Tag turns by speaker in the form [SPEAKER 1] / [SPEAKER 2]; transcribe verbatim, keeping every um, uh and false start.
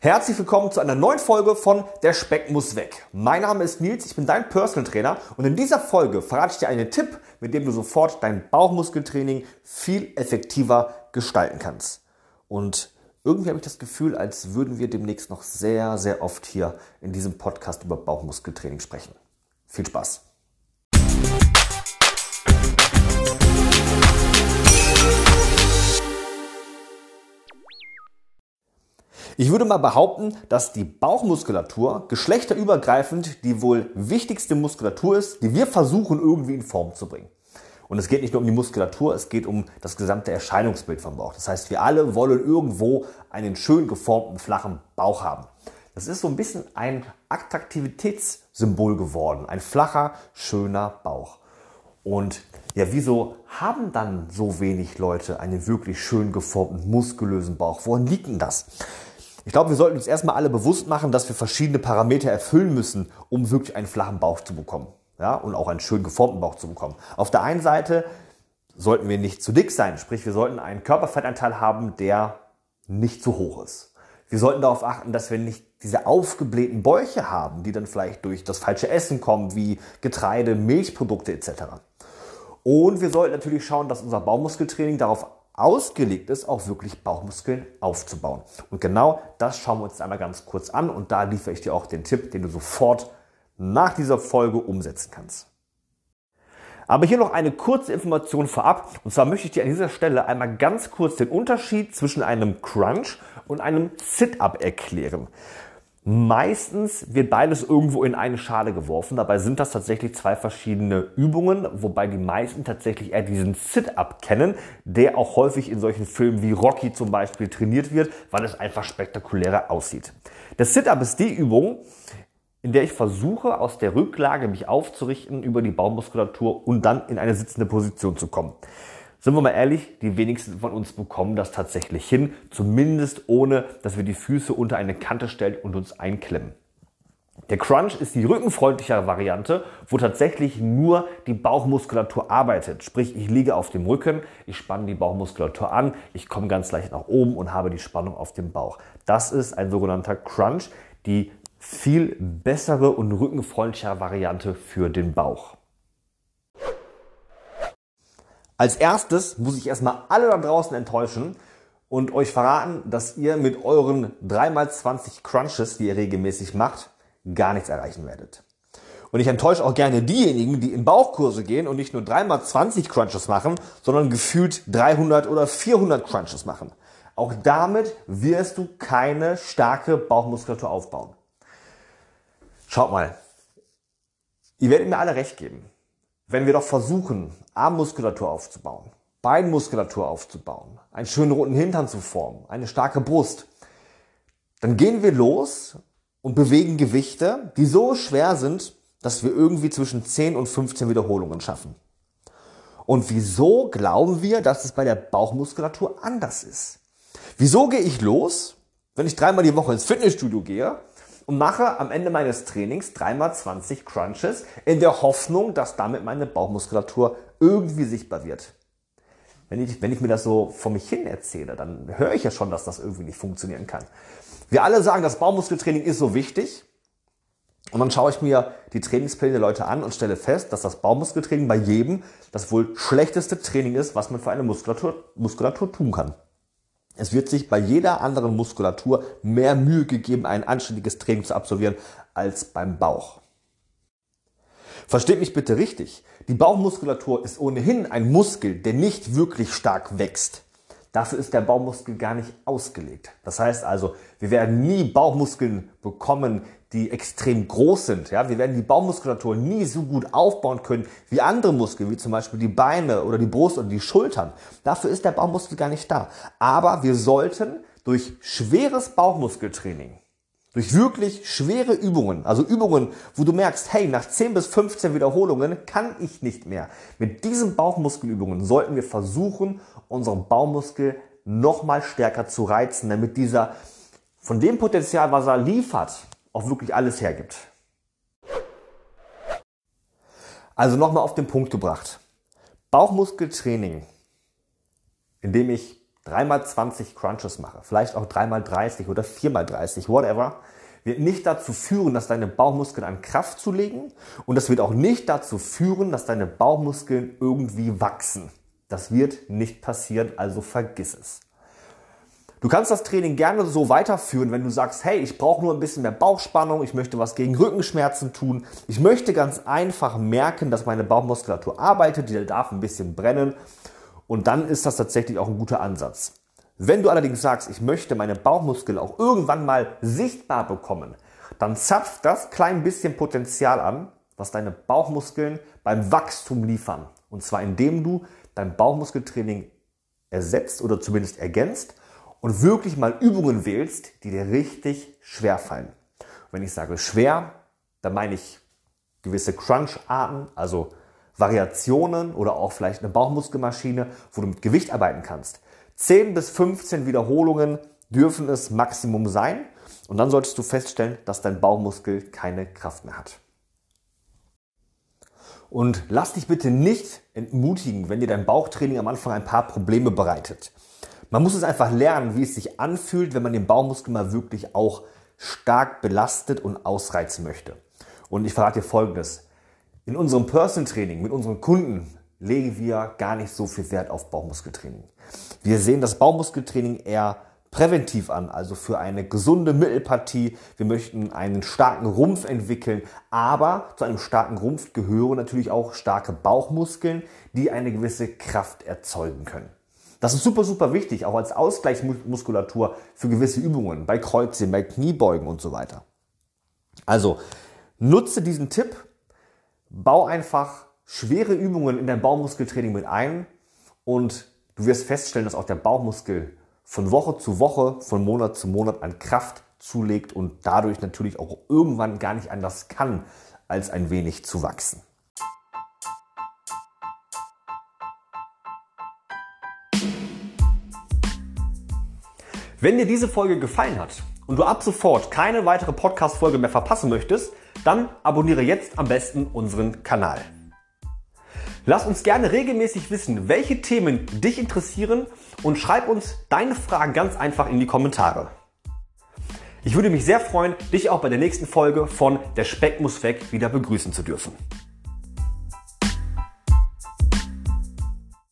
[SPEAKER 1] Herzlich willkommen zu einer neuen Folge von Der Speck muss weg. Mein Name ist Nils, ich bin dein Personal Trainer und in dieser Folge verrate ich dir einen Tipp, mit dem du sofort dein Bauchmuskeltraining viel effektiver gestalten kannst. Und irgendwie habe ich das Gefühl, als würden wir demnächst noch sehr, sehr oft hier in diesem Podcast über Bauchmuskeltraining sprechen. Viel Spaß! Ich würde mal behaupten, dass die Bauchmuskulatur geschlechterübergreifend die wohl wichtigste Muskulatur ist, die wir versuchen irgendwie in Form zu bringen. Und es geht nicht nur um die Muskulatur, es geht um das gesamte Erscheinungsbild vom Bauch. Das heißt, wir alle wollen irgendwo einen schön geformten, flachen Bauch haben. Das ist so ein bisschen ein Attraktivitätssymbol geworden, ein flacher, schöner Bauch. Und ja, wieso haben dann so wenig Leute einen wirklich schön geformten, muskulösen Bauch? Woran liegt denn das? Ich glaube, wir sollten uns erstmal alle bewusst machen, dass wir verschiedene Parameter erfüllen müssen, um wirklich einen flachen Bauch zu bekommen. Ja, und auch einen schön geformten Bauch zu bekommen. Auf der einen Seite sollten wir nicht zu dick sein, sprich wir sollten einen Körperfettanteil haben, der nicht zu hoch ist. Wir sollten darauf achten, dass wir nicht diese aufgeblähten Bäuche haben, die dann vielleicht durch das falsche Essen kommen, wie Getreide, Milchprodukte et cetera. Und wir sollten natürlich schauen, dass unser Bauchmuskeltraining darauf ausgelegt ist, auch wirklich Bauchmuskeln aufzubauen. Und genau das schauen wir uns einmal ganz kurz an und da liefere ich dir auch den Tipp, den du sofort nach dieser Folge umsetzen kannst. Aber hier noch eine kurze Information vorab. Und zwar möchte ich dir an dieser Stelle einmal ganz kurz den Unterschied zwischen einem Crunch und einem Sit-Up erklären. Meistens wird beides irgendwo in eine Schale geworfen. Dabei sind das tatsächlich zwei verschiedene Übungen, wobei die meisten tatsächlich eher diesen Sit-Up kennen, der auch häufig in solchen Filmen wie Rocky zum Beispiel trainiert wird, weil es einfach spektakulärer aussieht. Der Sit-Up ist die Übung, in der ich versuche, aus der Rücklage mich aufzurichten über die Bauchmuskulatur und dann in eine sitzende Position zu kommen. Sind wir mal ehrlich, die wenigsten von uns bekommen das tatsächlich hin, zumindest ohne, dass wir die Füße unter eine Kante stellen und uns einklemmen. Der Crunch ist die rückenfreundlichere Variante, wo tatsächlich nur die Bauchmuskulatur arbeitet. Sprich, ich liege auf dem Rücken, ich spanne die Bauchmuskulatur an, ich komme ganz leicht nach oben und habe die Spannung auf dem Bauch. Das ist ein sogenannter Crunch, die viel bessere und rückenfreundlichere Variante für den Bauch. Als erstes muss ich erstmal alle da draußen enttäuschen und euch verraten, dass ihr mit euren drei mal zwanzig Crunches, die ihr regelmäßig macht, gar nichts erreichen werdet. Und ich enttäusche auch gerne diejenigen, die in Bauchkurse gehen und nicht nur drei mal zwanzig Crunches machen, sondern gefühlt dreihundert oder vierhundert Crunches machen. Auch damit wirst du keine starke Bauchmuskulatur aufbauen. Schaut mal, ihr werdet mir alle recht geben. Wenn wir doch versuchen, Armmuskulatur aufzubauen, Beinmuskulatur aufzubauen, einen schönen roten Hintern zu formen, eine starke Brust, dann gehen wir los und bewegen Gewichte, die so schwer sind, dass wir irgendwie zwischen zehn und fünfzehn Wiederholungen schaffen. Und wieso glauben wir, dass es bei der Bauchmuskulatur anders ist? Wieso gehe ich los, wenn ich dreimal die Woche ins Fitnessstudio gehe und mache am Ende meines Trainings drei mal zwanzig Crunches in der Hoffnung, dass damit meine Bauchmuskulatur irgendwie sichtbar wird. Wenn ich, wenn ich mir das so vor mich hin erzähle, dann höre ich ja schon, dass das irgendwie nicht funktionieren kann. Wir alle sagen, das Bauchmuskeltraining ist so wichtig. Und dann schaue ich mir die Trainingspläne der Leute an und stelle fest, dass das Bauchmuskeltraining bei jedem das wohl schlechteste Training ist, was man für eine Muskulatur, Muskulatur tun kann. Es wird sich bei jeder anderen Muskulatur mehr Mühe gegeben, ein anständiges Training zu absolvieren, als beim Bauch. Versteht mich bitte richtig. Die Bauchmuskulatur ist ohnehin ein Muskel, der nicht wirklich stark wächst. Dafür ist der Bauchmuskel gar nicht ausgelegt. Das heißt also, wir werden nie Bauchmuskeln bekommen, die extrem groß sind. Ja, wir werden die Bauchmuskulatur nie so gut aufbauen können wie andere Muskeln, wie zum Beispiel die Beine oder die Brust oder die Schultern. Dafür ist der Bauchmuskel gar nicht da. Aber wir sollten durch schweres Bauchmuskeltraining, durch wirklich schwere Übungen, also Übungen, wo du merkst, hey, nach zehn bis fünfzehn Wiederholungen kann ich nicht mehr. Mit diesen Bauchmuskelübungen sollten wir versuchen, unseren Bauchmuskel nochmal stärker zu reizen, damit dieser von dem Potenzial, was er liefert, auch wirklich alles hergibt. Also nochmal auf den Punkt gebracht. Bauchmuskeltraining, indem ich drei mal zwanzig Crunches mache, vielleicht auch drei mal dreißig oder vier mal dreißig, whatever, wird nicht dazu führen, dass deine Bauchmuskeln an Kraft zulegen, und das wird auch nicht dazu führen, dass deine Bauchmuskeln irgendwie wachsen. Das wird nicht passieren, also vergiss es. Du kannst das Training gerne so weiterführen, wenn du sagst, hey, ich brauche nur ein bisschen mehr Bauchspannung, ich möchte was gegen Rückenschmerzen tun, ich möchte ganz einfach merken, dass meine Bauchmuskulatur arbeitet, die darf ein bisschen brennen, und dann ist das tatsächlich auch ein guter Ansatz. Wenn du allerdings sagst, ich möchte meine Bauchmuskeln auch irgendwann mal sichtbar bekommen, dann zapft das klein bisschen Potenzial an, was deine Bauchmuskeln beim Wachstum liefern. Und zwar indem du dein Bauchmuskeltraining ersetzt oder zumindest ergänzt und wirklich mal Übungen wählst, die dir richtig schwer fallen. Und wenn ich sage schwer, dann meine ich gewisse Crunch-Arten, also Variationen oder auch vielleicht eine Bauchmuskelmaschine, wo du mit Gewicht arbeiten kannst. zehn bis fünfzehn Wiederholungen dürfen es Maximum sein, und dann solltest du feststellen, dass dein Bauchmuskel keine Kraft mehr hat. Und lass dich bitte nicht entmutigen, wenn dir dein Bauchtraining am Anfang ein paar Probleme bereitet. Man muss es einfach lernen, wie es sich anfühlt, wenn man den Bauchmuskel mal wirklich auch stark belastet und ausreizen möchte. Und ich verrate dir Folgendes. In unserem Personal Training mit unseren Kunden legen wir gar nicht so viel Wert auf Bauchmuskeltraining. Wir sehen das Bauchmuskeltraining eher präventiv an, also für eine gesunde Mittelpartie. Wir möchten einen starken Rumpf entwickeln, aber zu einem starken Rumpf gehören natürlich auch starke Bauchmuskeln, die eine gewisse Kraft erzeugen können. Das ist super, super wichtig, auch als Ausgleichsmuskulatur für gewisse Übungen, bei Kreuzheben, bei Kniebeugen und so weiter. Also nutze diesen Tipp, bau einfach schwere Übungen in dein Bauchmuskeltraining mit ein, und du wirst feststellen, dass auch der Bauchmuskel von Woche zu Woche, von Monat zu Monat an Kraft zulegt und dadurch natürlich auch irgendwann gar nicht anders kann, als ein wenig zu wachsen. Wenn dir diese Folge gefallen hat und du ab sofort keine weitere Podcast-Folge mehr verpassen möchtest, dann abonniere jetzt am besten unseren Kanal. Lass uns gerne regelmäßig wissen, welche Themen dich interessieren, und schreib uns deine Fragen ganz einfach in die Kommentare. Ich würde mich sehr freuen, dich auch bei der nächsten Folge von Der Speck muss weg wieder begrüßen zu dürfen.